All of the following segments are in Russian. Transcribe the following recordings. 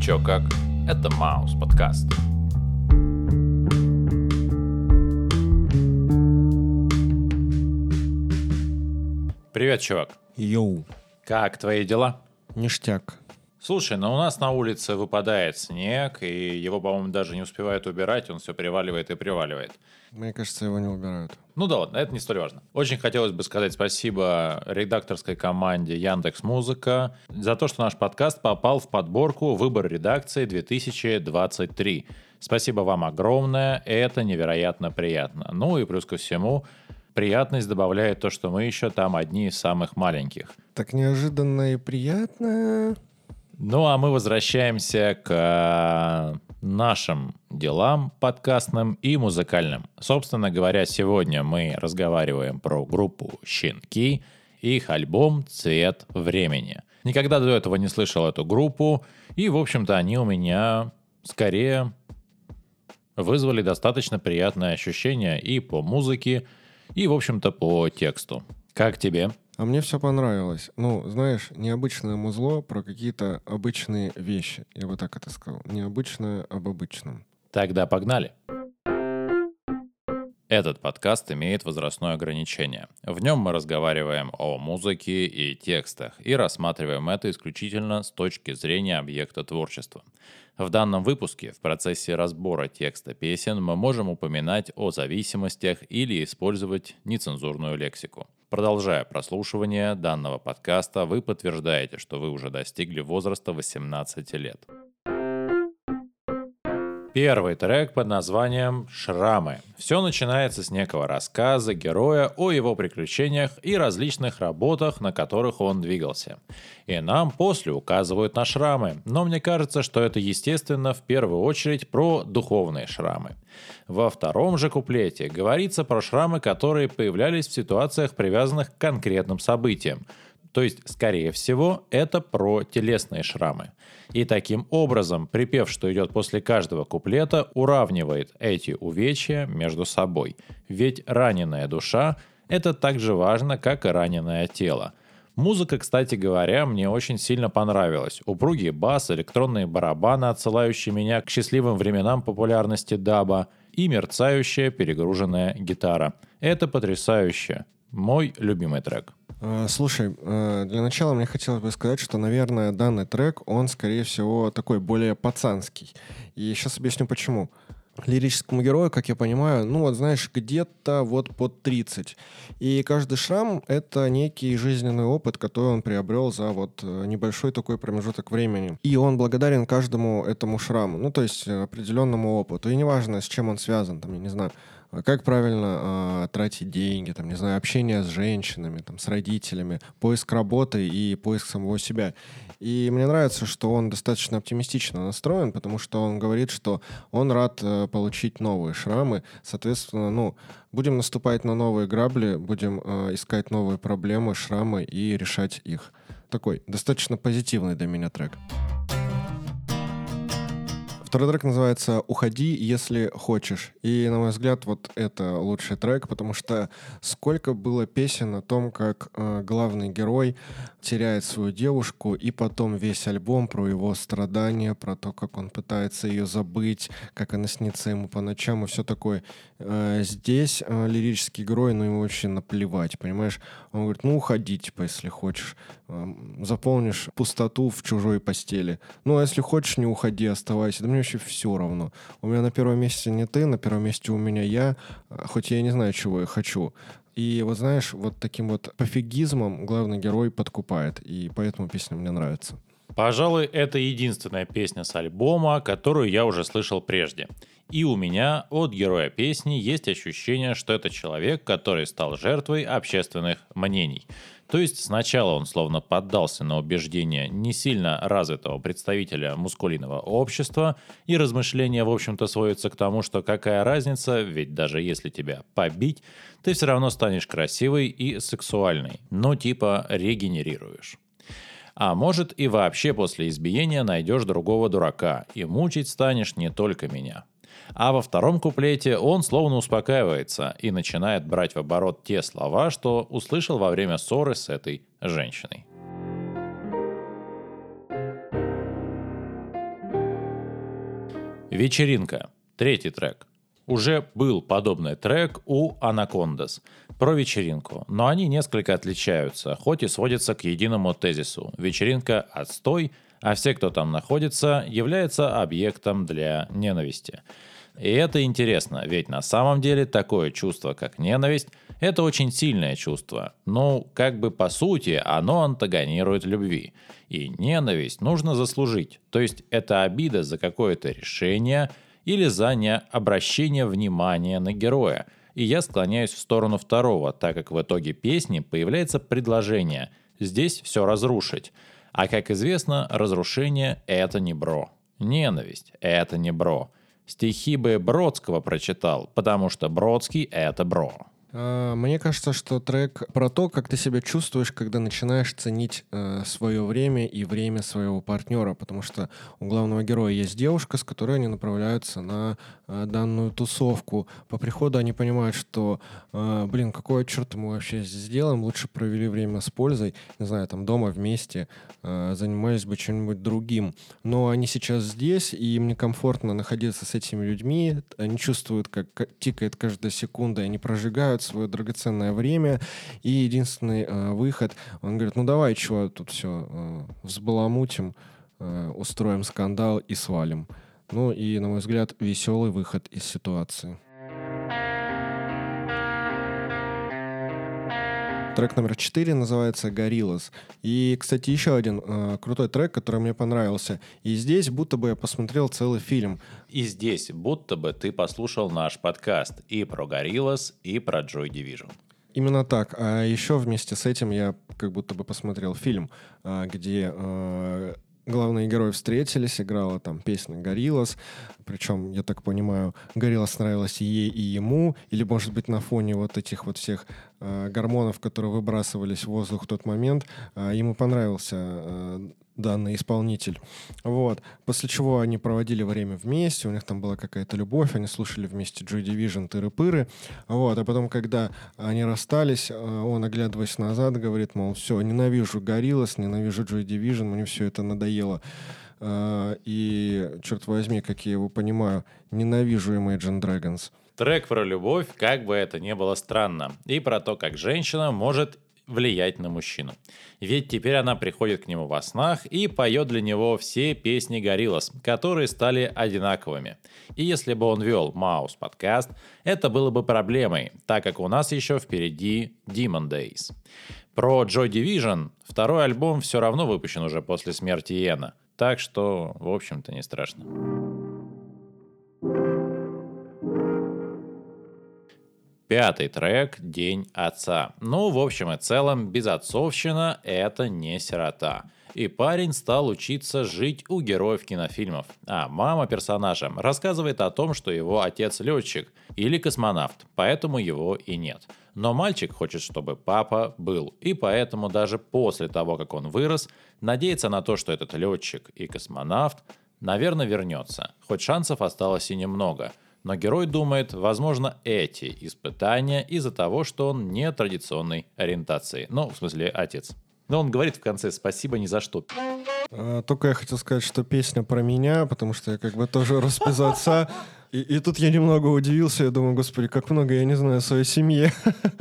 Чё как? Это Маус подкаст. Привет, чувак. Йоу, Как твои дела? ништяк. Слушай, у нас на улице выпадает снег, и его, по-моему, даже не успевают убирать, он все приваливает и приваливает. Мне кажется, его не убирают. Ну да ладно, это не столь важно. Очень хотелось бы сказать спасибо редакторской команде Яндекс.Музыка за то, что наш подкаст попал в подборку «Выбор редакции 2023». Спасибо вам огромное, это невероятно приятно. Ну и плюс ко всему, приятность добавляет то, что мы еще там одни из самых маленьких. Так неожиданно и приятно. Ну а мы возвращаемся к нашим делам подкастным и музыкальным. Собственно говоря, сегодня мы разговариваем про группу «Щенки» и их альбом «Цвет времени». Никогда до этого не слышал эту группу, и, в общем-то, они у меня скорее вызвали достаточно приятное ощущение и по музыке, и, в общем-то, по тексту. Как тебе? А мне все понравилось. Ну, знаешь, необычное музло про какие-то обычные вещи. Я бы так это сказал. Необычное об обычном. Тогда погнали. Этот подкаст имеет возрастное ограничение. В нем мы разговариваем о музыке и текстах и рассматриваем это исключительно с точки зрения объекта творчества. В данном выпуске в процессе разбора текста песен мы можем упоминать о зависимостях или использовать нецензурную лексику. Продолжая прослушивание данного подкаста, вы подтверждаете, что вы уже достигли возраста 18 лет. Первый трек под названием «Шрамы». Все начинается с некого рассказа героя о его приключениях и различных работах, на которых он двигался. И нам после указывают на шрамы, но мне кажется, что это естественно в первую очередь про духовные шрамы. Во втором же куплете говорится про шрамы, которые появлялись в ситуациях, привязанных к конкретным событиям. То есть, скорее всего, это про телесные шрамы. И таким образом, припев, что идет после каждого куплета, уравнивает эти увечья между собой. Ведь раненая душа – это так же важно, как и раненое тело. Музыка, кстати говоря, мне очень сильно понравилась. Упругий бас, электронные барабаны, отсылающие меня к счастливым временам популярности даба, и мерцающая перегруженная гитара. Это потрясающе. Мой любимый трек. Слушай, для начала мне хотелось бы сказать, что, наверное, данный трек, он, скорее всего, такой более пацанский. И сейчас объясню, почему. Лирическому герою, как я понимаю, ну вот знаешь, где-то вот под 30. И каждый шрам — это некий жизненный опыт, который он приобрел за вот небольшой такой промежуток времени. И он благодарен каждому этому шраму, ну то есть определенному опыту. И неважно, с чем он связан, там, я не знаю, как правильно тратить деньги, там, не знаю, общение с женщинами, там, с родителями, поиск работы и поиск самого себя. И мне нравится, что он достаточно оптимистично настроен, потому что он говорит, что он рад получить новые шрамы. Соответственно, ну, будем наступать на новые грабли, будем искать новые проблемы, шрамы и решать их. Такой достаточно позитивный для меня трек. Второй трек называется «Уходи, если хочешь». И, на мой взгляд, вот это лучший трек, потому что сколько было песен о том, как главный герой теряет свою девушку, и потом весь альбом про его страдания, про то, как он пытается ее забыть, как она снится ему по ночам и все такое. Здесь лирический герой, ну, ему вообще наплевать, понимаешь? Он говорит, ну, уходи, типа, если хочешь. Заполнишь пустоту в чужой постели. Ну, а если хочешь, не уходи, оставайся. Да мне вообще все равно. У меня на первом месте не ты, на первом месте у меня я, хоть я и не знаю, чего я хочу. И вот знаешь, вот таким вот пофигизмом главный герой подкупает, и поэтому песня мне нравится. Пожалуй, это единственная песня с альбома, которую я уже слышал прежде. И у меня от героя песни есть ощущение, что это человек, который стал жертвой общественных мнений. То есть сначала он словно поддался на убеждения не сильно развитого представителя мускулинного общества, и размышления, в общем-то, сводятся к тому, что какая разница, ведь даже если тебя побить, ты все равно станешь красивой и сексуальной, но типа регенерируешь. А может и вообще после избиения найдешь другого дурака, и мучить станешь не только меня. А во втором куплете он словно успокаивается и начинает брать в оборот те слова, что услышал во время ссоры с этой женщиной. Вечеринка. Третий трек. Уже был подобный трек у Анакондас про вечеринку, но они несколько отличаются, хоть и сводятся к единому тезису. Вечеринка – отстой, а все, кто там находится, являются объектом для ненависти. И это интересно, ведь на самом деле такое чувство, как ненависть, это очень сильное чувство. Ну, как бы по сути, оно антагонирует любви. И ненависть нужно заслужить, то есть это обида за какое-то решение или за необращение внимания на героя. И я склоняюсь в сторону второго, так как в итоге песни появляется предложение «здесь все разрушить». А как известно, разрушение – это не бро. Ненависть – это не бро. Стихи бы Бродского прочитал, потому что Бродский – это бро. Мне кажется, что трек про то, как ты себя чувствуешь, когда начинаешь ценить свое время и время своего партнера, потому что у главного героя есть девушка, с которой они направляются на данную тусовку. По приходу они понимают, что, какого черта мы вообще здесь делаем, лучше провели время с пользой, не знаю, там дома вместе, занимались бы чем-нибудь другим. Но они сейчас здесь, и им некомфортно находиться с этими людьми, они чувствуют, как тикает каждая секунда, и они прожигают свое драгоценное время, и единственный выход, он говорит, ну давай, чего тут все взбаламутим, устроим скандал и свалим. Ну и, на мой взгляд, веселый выход из ситуации. Трек номер 4 называется «Gorillaz». И, кстати, еще один крутой трек, который мне понравился. И здесь будто бы я посмотрел целый фильм. И здесь будто бы ты послушал наш подкаст и про Gorillaz, и про Joy Division. Именно так. А еще вместе с этим я как будто бы посмотрел фильм, где главные герои встретились, играла там песня «Gorillaz». Причем, я так понимаю, «Gorillaz» нравилась и ей, и ему. Или, может быть, на фоне вот этих вот всех гормонов, которые выбрасывались в воздух в тот момент, ему понравился данный исполнитель. Вот. После чего они проводили время вместе, у них там была какая-то любовь, они слушали вместе Joy Division, тыры-пыры. Вот. А потом, когда они расстались, он, оглядываясь назад, говорит, мол, все, ненавижу Gorillaz, ненавижу Joy Division, мне все это надоело. И, черт возьми, как я его понимаю, ненавижу Imagine Dragons. Трек про любовь, как бы это ни было странно, и про то, как женщина может влиять на мужчину. Ведь теперь она приходит к нему во снах и поет для него все песни Gorillaz, которые стали одинаковыми. И если бы он вел Маус подкаст, это было бы проблемой, так как у нас еще впереди Demon Days. Про Joy Division второй альбом все равно выпущен уже после смерти Иэна, так что, в общем-то, не страшно. Пятый трек «День отца». Ну, в общем и целом, безотцовщина – это не сирота. И парень стал учиться жить у героев кинофильмов. А мама персонажа рассказывает о том, что его отец летчик или космонавт, поэтому его и нет. Но мальчик хочет, чтобы папа был, и поэтому даже после того, как он вырос, надеется на то, что этот летчик и космонавт, наверное, вернется. Хоть шансов осталось и немного. Но герой думает, возможно, эти испытания из-за того, что он не традиционной ориентации. Ну, в смысле, отец. Но он говорит в конце «спасибо ни за что». Только я хотел сказать, что песня про меня, потому что я как бы тоже рос без отца. И тут я немного удивился, я думаю, господи, как много я не знаю о своей семье.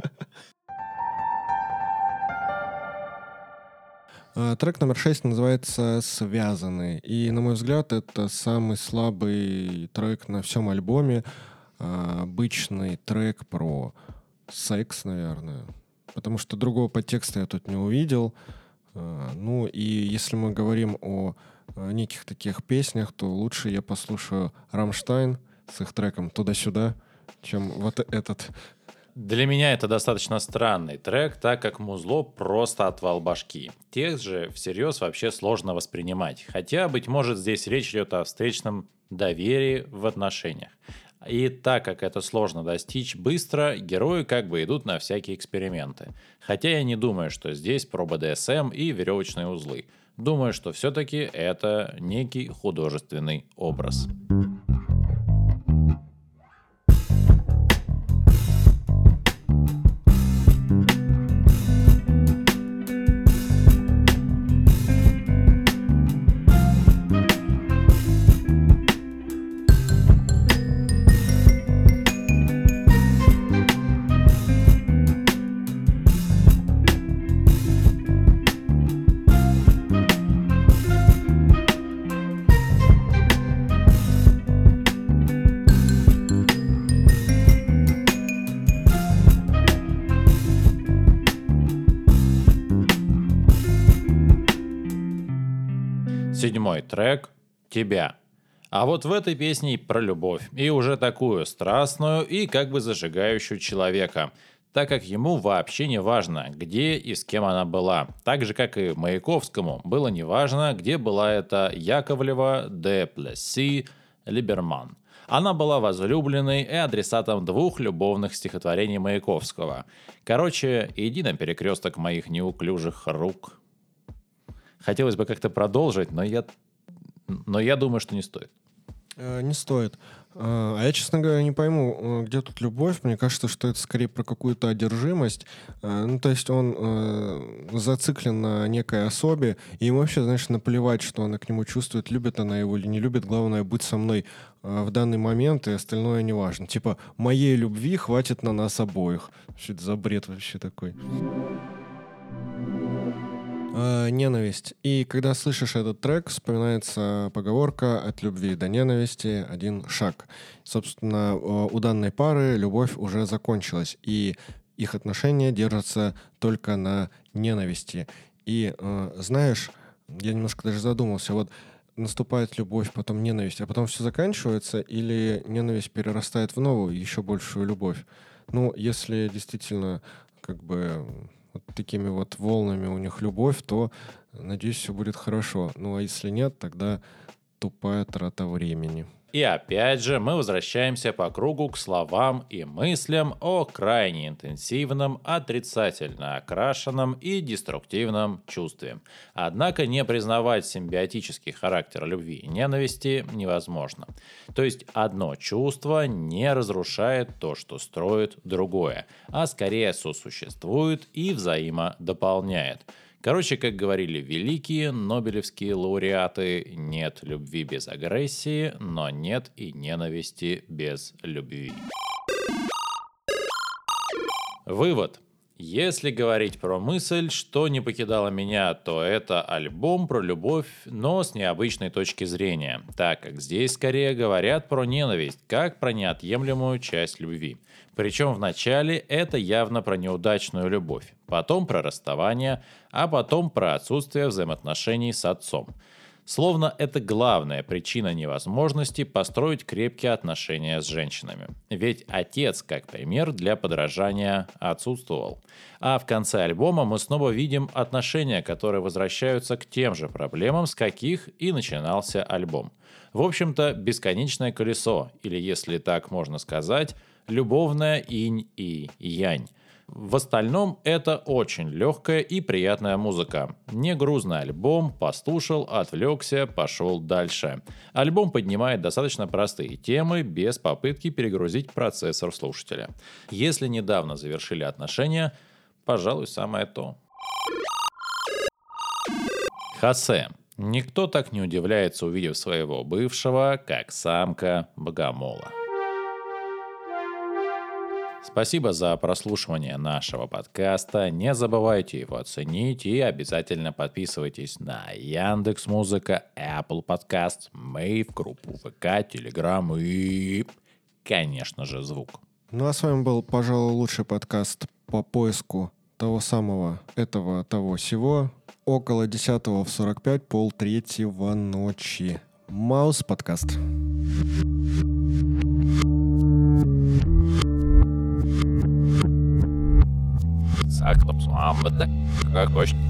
Трек номер 6 называется «Связаны». И, на мой взгляд, это самый слабый трек на всем альбоме. Обычный трек про секс, наверное. Потому что другого подтекста я тут не увидел. Ну и если мы говорим о неких таких песнях, то лучше я послушаю «Рамштайн» с их треком «Туда-сюда», чем вот этот. Для меня это достаточно странный трек, так как музло просто отвал башки. Текст же всерьез вообще сложно воспринимать. Хотя, быть может, здесь речь идет о встречном доверии в отношениях. И так как это сложно достичь быстро, герои как бы идут на всякие эксперименты. Хотя я не думаю, что здесь про БДСМ и веревочные узлы. Думаю, что все-таки это некий художественный образ. 7-й трек «Тебя». А вот в этой песне и про любовь, и уже такую страстную и как бы зажигающую человека, так как ему вообще не важно, где и с кем она была. Так же, как и Маяковскому, было не важно, где была эта Яковлева де Плесси Либерман. Она была возлюбленной и адресатом 2 любовных стихотворений Маяковского. Короче, иди на перекресток моих неуклюжих рук. Хотелось бы как-то продолжить, но я думаю, что не стоит. Не стоит. А я, честно говоря, не пойму, где тут любовь. Мне кажется, что это скорее про какую-то одержимость. Ну, то есть он зациклен на некой особе, и ему вообще, знаешь, наплевать, что она к нему чувствует, любит она его или не любит. Главное, быть со мной в данный момент, и остальное не важно. Типа, моей любви хватит на нас обоих. Что это за бред вообще такой? Ненависть. И когда слышишь этот трек, вспоминается поговорка «от любви до ненависти один шаг». Собственно, у данной пары любовь уже закончилась, и их отношения держатся только на ненависти. И знаешь, я немножко даже задумался, вот наступает любовь, потом ненависть, а потом все заканчивается, или ненависть перерастает в новую, еще большую любовь? Ну, если действительно как бы вот такими вот волнами у них любовь, то, надеюсь, все будет хорошо. Ну, а если нет, тогда тупая трата времени. И опять же мы возвращаемся по кругу к словам и мыслям о крайне интенсивном, отрицательно окрашенном и деструктивном чувстве. Однако не признавать симбиотический характер любви и ненависти невозможно. То есть одно чувство не разрушает то, что строит другое, а скорее сосуществует и взаимодополняет. Короче, как говорили великие нобелевские лауреаты, нет любви без агрессии, но нет и ненависти без любви. Вывод. Если говорить про мысль, что не покидало меня, то это альбом про любовь, но с необычной точки зрения, так как здесь скорее говорят про ненависть, как про неотъемлемую часть любви. Причем в начале это явно про неудачную любовь, потом про расставание, а потом про отсутствие взаимоотношений с отцом. Словно это главная причина невозможности построить крепкие отношения с женщинами. Ведь отец, как пример для подражания, отсутствовал. А в конце альбома мы снова видим отношения, которые возвращаются к тем же проблемам, с каких и начинался альбом. В общем-то, бесконечное колесо, или, если так можно сказать, любовная инь и янь. В остальном это очень легкая и приятная музыка. Не грузный альбом, послушал, отвлекся, пошел дальше. Альбом поднимает достаточно простые темы, без попытки перегрузить процессор слушателя. Если недавно завершили отношения, пожалуй, самое то. Хосе. Никто так не удивляется, увидев своего бывшего, как самка богомола. Спасибо за прослушивание нашего подкаста. Не забывайте его оценить и обязательно подписывайтесь на Яндекс.Музыка, Apple Podcast, Мэйв, группу ВК, Telegram и, конечно же, звук. Ну а с вами был, пожалуй, лучший подкаст по поиску того самого, этого, того сего. Около 10:45, 2:30 ночи. Маус подкаст. Саклап с вами, как хочешь.